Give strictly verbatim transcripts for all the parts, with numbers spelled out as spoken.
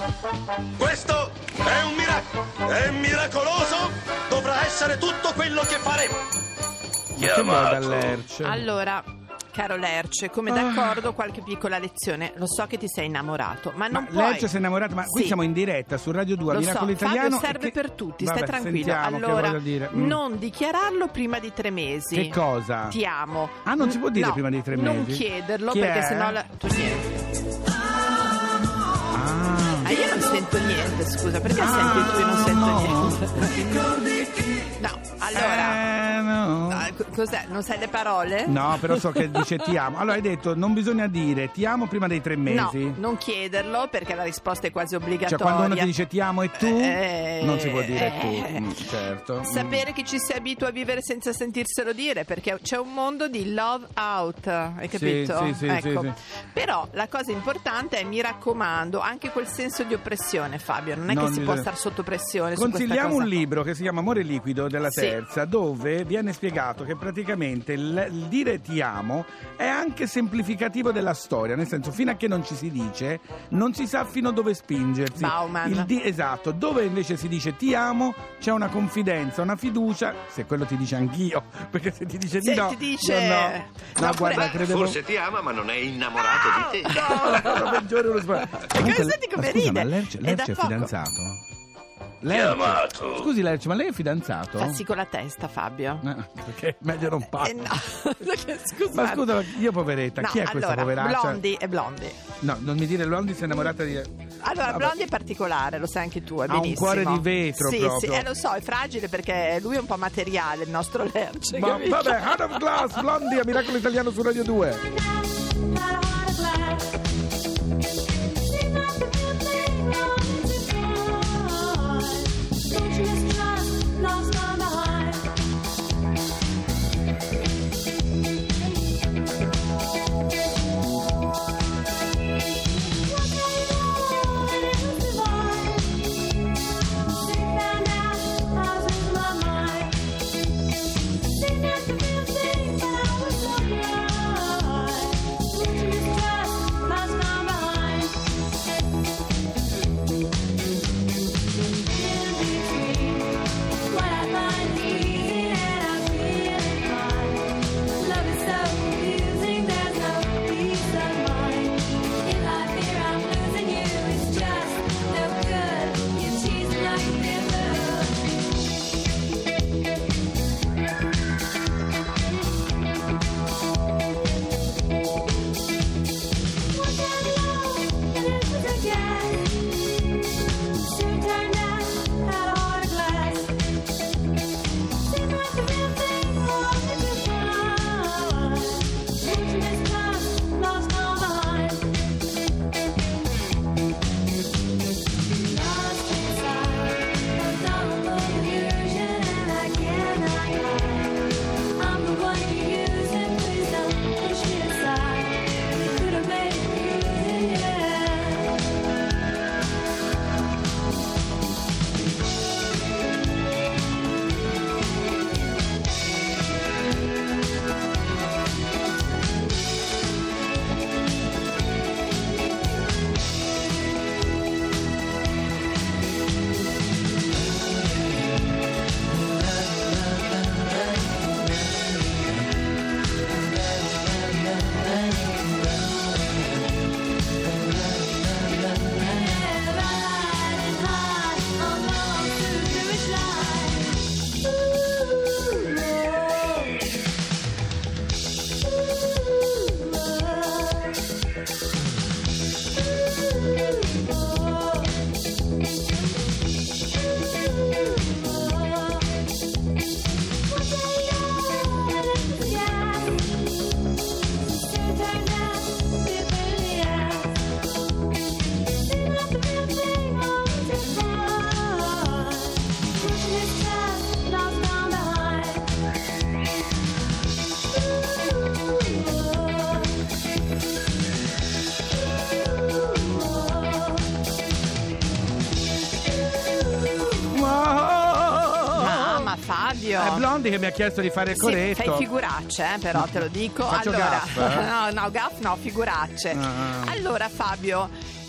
Questo è un miracolo. È miracoloso. Dovrà essere tutto quello che faremo. Chiamato. Allora, caro Lerce, come d'accordo, qualche piccola lezione. Lo so che ti sei innamorato, ma non ma puoi. Lerce si è innamorato, ma qui Sì. siamo in diretta su Radio due, Lo Miracolo so, Italiano. Fabio, serve che... per tutti, Vabbè, stai tranquillo. sentiamo, che Allora, voglio dire. Mm. non dichiararlo prima di tre mesi. Che cosa? Ti amo. Ah, non si può dire No, prima di tre mesi? Non chiederlo, Chi perché è? sennò la... tu niente. Ah. Ah, io non sento niente, scusa, perché Ah, senti tu e non sento no. niente? No, allora... Eh, no. Ah, co- cos'è? Non sai le parole? No, però so che dice ti amo. Allora hai detto non bisogna dire ti amo prima dei tre mesi. No, non chiederlo perché la risposta è quasi obbligatoria. Cioè quando uno ti dice ti amo e tu Eh, non si può dire eh, tu. Mm, certo. Sapere che ci si abitua a vivere senza sentirselo dire, perché c'è un mondo di love out, hai capito? sì, sì, ecco. sì, Però la cosa importante è, mi raccomando, anche quel senso di oppressione, Fabio, non è Non che si bisogna- può stare sotto pressione su Consigliamo questa cosa. un libro che si chiama Amore liquido della Sì. Terza, dove viene spiegato che praticamente il, il dire ti amo è anche semplificativo della storia, nel senso fino a che non ci si dice non si sa fino a dove spingersi. Bauman. Il di- esatto, dove invece si dice ti amo c'è una confidenza, una fiducia, se quello ti dice anch'io, perché se ti dice Se di no, ti dice- io no. No, No, guarda, pure- credevo... Forse ti ama, ma non è innamorato di te. No, la cosa peggiore è uno sbaglio. Comunque, senti come ma scusa, ride? ma Lerce, È Lerce da è poco. fidanzato? Lerce. Chiamato. Scusi Lerce, ma lei è fidanzato? Fa sì con la testa, Fabio. Eh, perché meglio non Eh parlo. no, perché, scusa. Ma scusa, io poveretta, No, chi è questa allora, poveraccia? Blondie è Blondie. No, non mi dire Blondie si è innamorata di... Allora, Vabbè. Blondie è particolare, lo sai anche tu, è Ha un benissimo. cuore di vetro sì, proprio. Sì, eh, lo so, è fragile perché lui è un po' materiale, il nostro Lerce. Ma capito? vabbè, Heart of Glass, Blondie a Miracolo Italiano su Radio due. Fabio. È Blondie che mi ha chiesto di fare il Sì, coretto. fai figuracce, eh, però te lo dico. Faccio allora, gaff, eh? no, no, gaff no, figuracce. Ah. Allora, Fabio,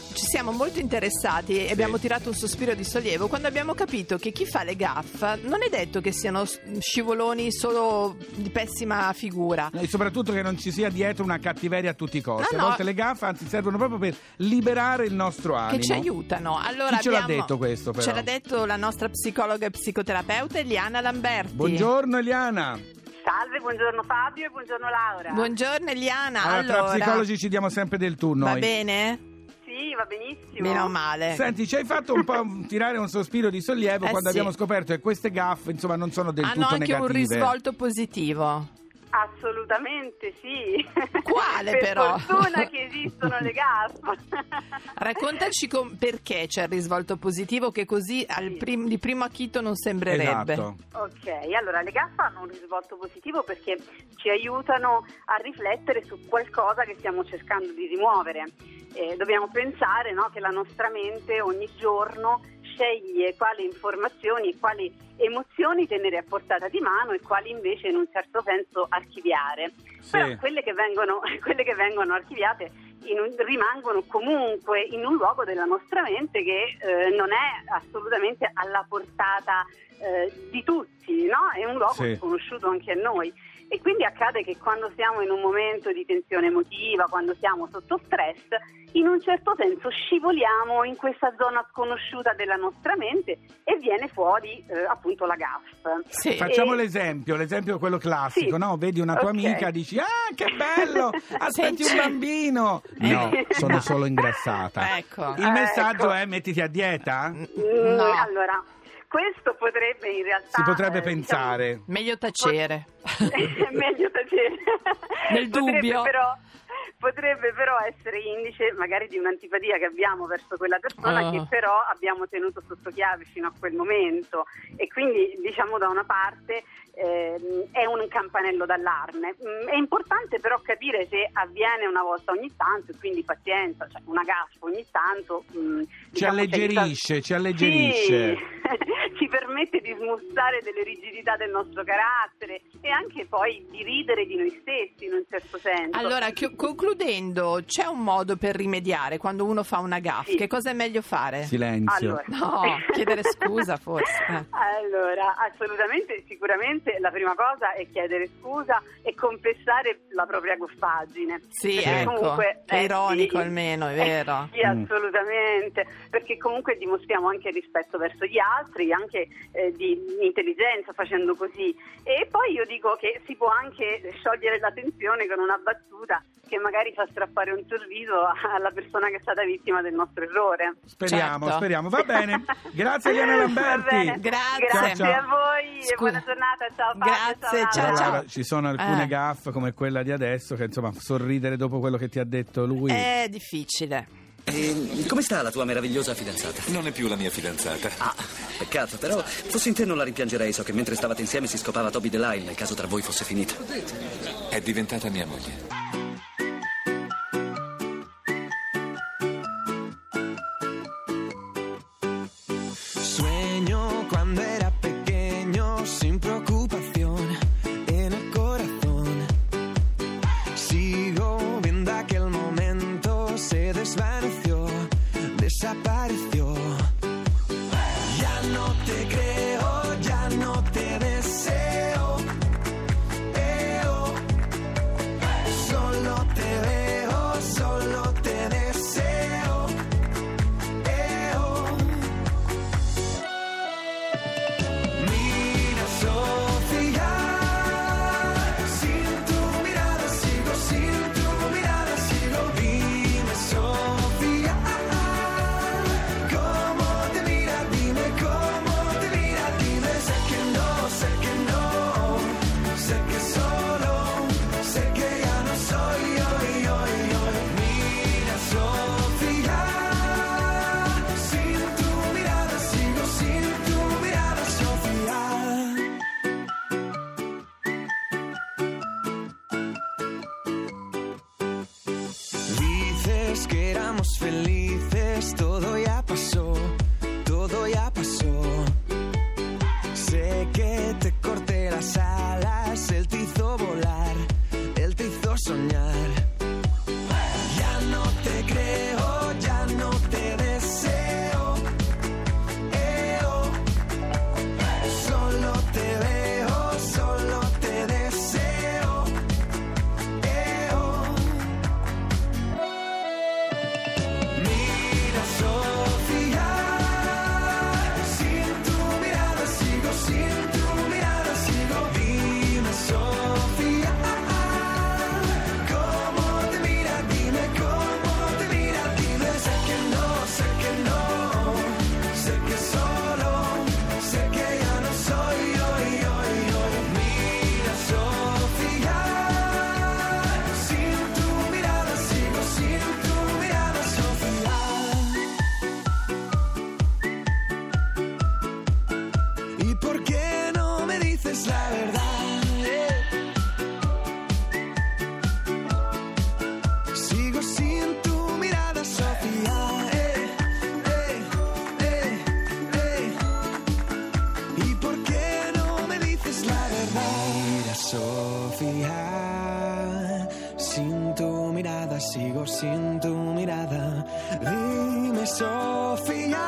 ci siamo molto interessati e abbiamo tirato un sospiro di sollievo quando abbiamo capito che chi fa le gaffe non è detto che siano scivoloni solo di pessima figura. E soprattutto che non ci sia dietro una cattiveria a tutti i costi. No, a no. volte le gaffe anzi servono proprio per liberare il nostro animo. Che ci aiutano. Allora, Chi ce l'ha abbiamo- detto questo però? Ce l'ha detto la nostra psicologa e psicoterapeuta Eliana Lamberti. Buongiorno Eliana. Salve, buongiorno Fabio e buongiorno Laura. Buongiorno Eliana. Allora, Allora, tra psicologi ci diamo sempre del tu va noi. bene? Sì, va benissimo. Meno male. Senti, ci hai fatto un po' tirare un sospiro di sollievo Eh, quando sì. abbiamo scoperto che queste gaffe, insomma, non sono del Hanno tutto anche negative. un risvolto positivo. Assolutamente sì. Quale per però? fortuna che esistono le gaffe. Raccontaci com- perché c'è il risvolto positivo che così al prim- di primo acchito non sembrerebbe. Esatto. Ok, allora le gaffe hanno un risvolto positivo perché ci aiutano a riflettere su qualcosa che stiamo cercando di rimuovere. Eh, dobbiamo pensare, no, che la nostra mente ogni giorno sceglie quali informazioni e quali emozioni tenere a portata di mano e quali invece in un certo senso archiviare. Sì. Però quelle che vengono, quelle che vengono archiviate in un, rimangono comunque in un luogo della nostra mente che eh, non è assolutamente alla portata eh, di tutti, no? È un luogo Sì. sconosciuto anche a noi. E quindi accade che quando siamo in un momento di tensione emotiva, quando siamo sotto stress, in un certo senso scivoliamo in questa zona sconosciuta della nostra mente e viene fuori eh, appunto la gaffe. Sì. Facciamo E- l'esempio, l'esempio è quello classico, Sì. no? Vedi una tua Ok. amica, dici, ah, che bello, aspetti Sì, un c'è- bambino. No, sono solo ingrassata. Ecco. Il messaggio Ecco. è mettiti a dieta? Mm, No. Allora, questo potrebbe in realtà... Si potrebbe eh, pensare. Meglio tacere. È meglio tacere. Nel Potrebbe dubbio. però, potrebbe però essere indice magari di un'antipatia che abbiamo verso quella persona Ah. che però abbiamo tenuto sotto chiave fino a quel momento e quindi diciamo da una parte ehm, è un campanello d'allarme. Mm, è importante però capire se avviene una volta ogni tanto e quindi pazienza, cioè una gaffa ogni tanto mm, Ci diciamo, alleggerisce, ci alleggerisce. Sì, ci permette di smussare delle rigidità del nostro carattere e anche poi di ridere di noi stessi in un certo senso. Allora, chi- concludendo, c'è un modo per rimediare quando uno fa una gaffa? Sì. Che cosa è meglio fare? Silenzio. Allora. No, chiedere scusa forse. Eh. Allora, assolutamente, sicuramente la prima cosa è chiedere scusa e confessare la propria goffaggine. Sì, Perché ecco, comunque, che eh, ironico sì. almeno, è vero. Eh, sì, assolutamente, perché comunque dimostriamo anche rispetto verso gli altri, anche eh, di intelligenza facendo così. E poi io dico che si può anche sciogliere la tensione con una battuta che magari fa strappare un sorriso alla persona che è stata vittima del nostro errore. Speriamo, Certo. speriamo. Va bene. Grazie Eliana Lamberti. Va bene. Grazie. Grazie Ciao, ciao. a voi e Scusa. buona giornata. Ciao Fabio, Grazie, Laura. ciao, Però, ciao. Laura, ci sono alcune Eh. gaffe come quella di adesso che insomma sorridere dopo quello che ti ha detto lui. È difficile. E come sta la tua meravigliosa fidanzata? Non è più la mia fidanzata. Ah, peccato, però fossi in te non la rimpiangerei. So che mentre stavate insieme si scopava Toby Delisle nel caso tra voi fosse finita. È diventata mia moglie. Sueño cuando era pequeño sin preocupación en el corazón. Sigo viendo aquel momento, se desvaneció, desapareció. Ya no te creo, ya no te deseo. Eh, oh. Solo te veo, solo te deseo. Eh, oh. Mira, Sofía, sin tu mirada sigo, sin tu mirada sigo. Dime, Sofía, sigo sin tu mirada. Dime, Sofía,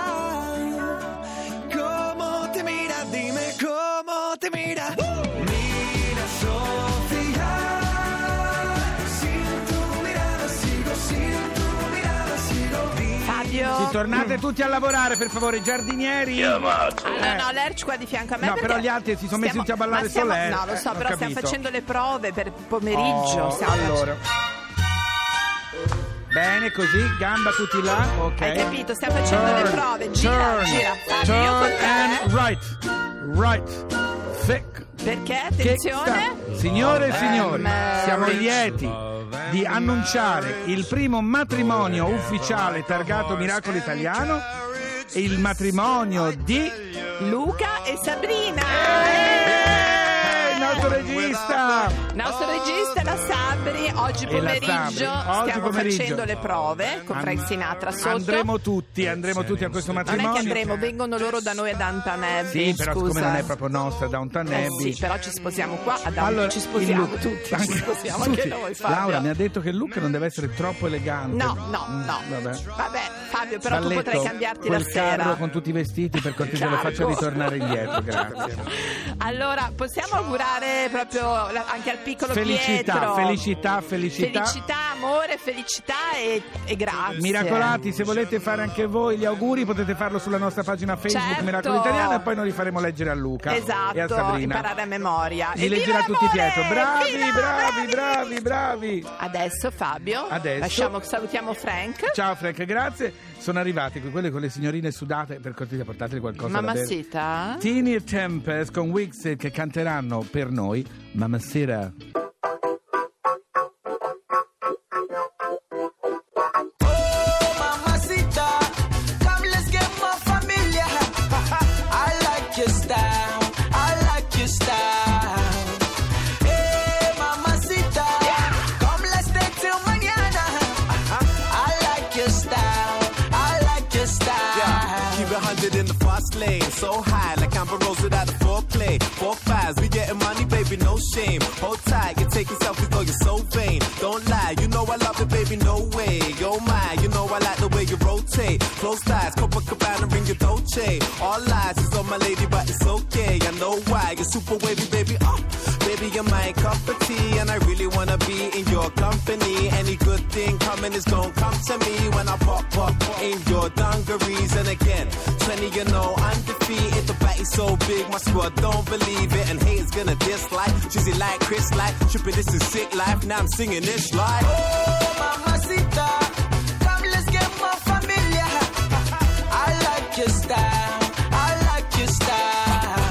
¿cómo te mira? Dime cómo te mira. Mira, Sofía, sin tu mirada sigo, sin tu mirada sigo. Fabio. Sì, tornate tutti a lavorare, per favore, giardinieri. Ah, no, no, Lerch qua di fianco a me. No, perché però gli altri si sono messi stiamo- tutti a ballare ma stiamo- solo Lerch. No, lo so, Eh, però ho stiamo capito. facendo le prove per pomeriggio. Oh, stiamo allora. Bene, così, gamba tutti là, ok. Hai capito? Stiamo facendo le prove. Gira, turn, gira. Fabio, io con turn te. and right, right, thick. Perché? Che Attenzione. sta- Signore e signori, Ehm, siamo lieti di annunciare il primo matrimonio ufficiale targato Miracolo Italiano, il matrimonio di Luca e Sabrina. Eh, il nostro regista. Il nostro regista è la Sabri. Oggi E la pomeriggio Sabri. Oggi stiamo pomeriggio. facendo le prove con And- Frank Sinatra sotto. Andremo tutti, andremo tutti a questo Non è matrimonio. che andremo, vengono loro da noi a Downton Abbey. Sì, però scusa. siccome non è proprio nostra Downton Eh Abbey. sì, però ci sposiamo qua a Downton Allora, ci il sposiamo look- tutti, anche- ci sposiamo anche tutti. noi, Fabio. Laura mi ha detto che il look non deve essere troppo elegante. No, no, Mm, no. Vabbè. Vabbè, Fabio, però tu Valletto, potrai cambiarti quel la sera. carro con tutti i vestiti, per cortesia lo faccia Cargo. ritornare indietro, grazie. Allora, possiamo augurare proprio la- anche al piccolo Felicità, Pietro. felicità, felicità. Felicità, amore, felicità e, e grazie. Miracolati, se volete fare anche voi gli auguri potete farlo sulla nostra pagina Facebook Certo. Miracolo Italiano e poi noi li faremo leggere a Luca Esatto, e a Sabrina. imparare a memoria. Li E leggerà viva tutti l'amore! Pietro. Bravi, Viva, bravi, bravi, bravi. Adesso Fabio, Adesso. lasciamo, salutiamo Frank. Ciao Frank, grazie. Sono arrivati quelle con le signorine sudate, per cortesia portateli qualcosa da bere. Mamacita. Tini e Tempest con Wix che canteranno per noi Mamacita. Mamacita, come let's get more familiar. I like your style, I like your style. Hey, mamacita, come let's stay till mañana. I like your style, I like your style. Yeah, keep it one hundred in the fast lane, so high like Amber Rose without a foreplay. Four fives, we getting money, baby, no shame. Hold tight, you're taking selfies, though you're so vain. Don't lie, you know I love it, baby, no way. Oh my, you know I like the way you rotate. Close ties, Copacabana, ring your Dolce. All lies is on my lady, but it's okay. I know why, you're super wavy, baby. Oh, baby, you're my cup of tea, and I really wanna be in your company. Any good thing coming is gonna come to me when I pop pop in your dungarees. And again, twenty, you know, undefeated. The battle's so big, my squad don't believe it, and haters gonna dislike. Choosy like Chris, like tripping, this is sick life. Now I'm singing this like. Oh, mamacita, come let's get more familiar. I like your style, I like your style.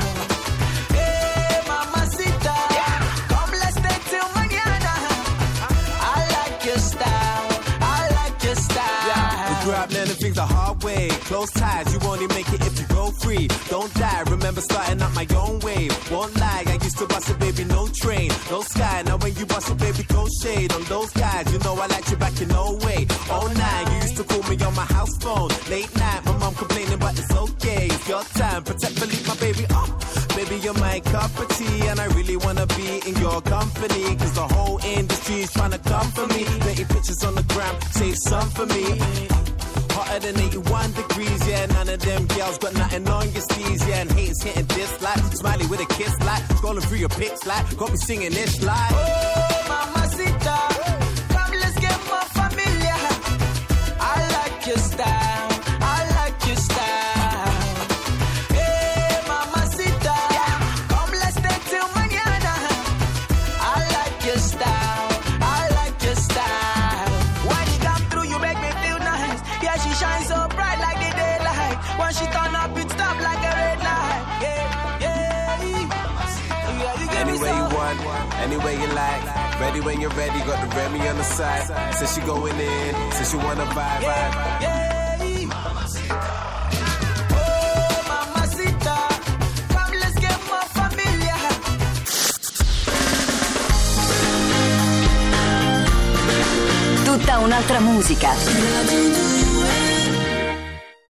Hey, mamacita, come let's stay till mañana. I like your style, I like your style. Yeah, we grew up learning things the hard way. Close ties, you only make it if you go free. Don't die, remember starting up my own wave. Won't lie, I used to bust it, baby, no train, no sky. Now when you bust it, baby, throw shade on those guys. You know I liked you back in no way. Oh nine, you used to call me on my house phone. Late night, my mom complaining, but it's okay. It's your time, protect, believe my baby. Oh, baby, you're my cup of tea, and I really wanna be in your company. Cause the whole industry is trying to come for me. Making pictures on the gram, say some for me. Hotter than eighty-one degrees, yeah. None of them girls got nothing on your steez, yeah. And haters hitting this like smiley with a kiss like scrolling through your pics like got me singing this like. Oh, mamacita, come let's get more familiar. I like your style, I like your style. Hey, mamacita, come let's stay till mañana. I like your style, I like your style. When you come through, you make me feel nice. Yeah, she shines so bright like the daylight. When she turn up, it stop like a red light. Yeah, yeah, yeah. You give me Anyway you some. want, anyway you like. Ready when you're ready, got the Remy on the side. Says she going in, says she wanna vibe, vibe. Yeah. Oh, mamacita, come let's get more familiar. Tutta un'altra musica.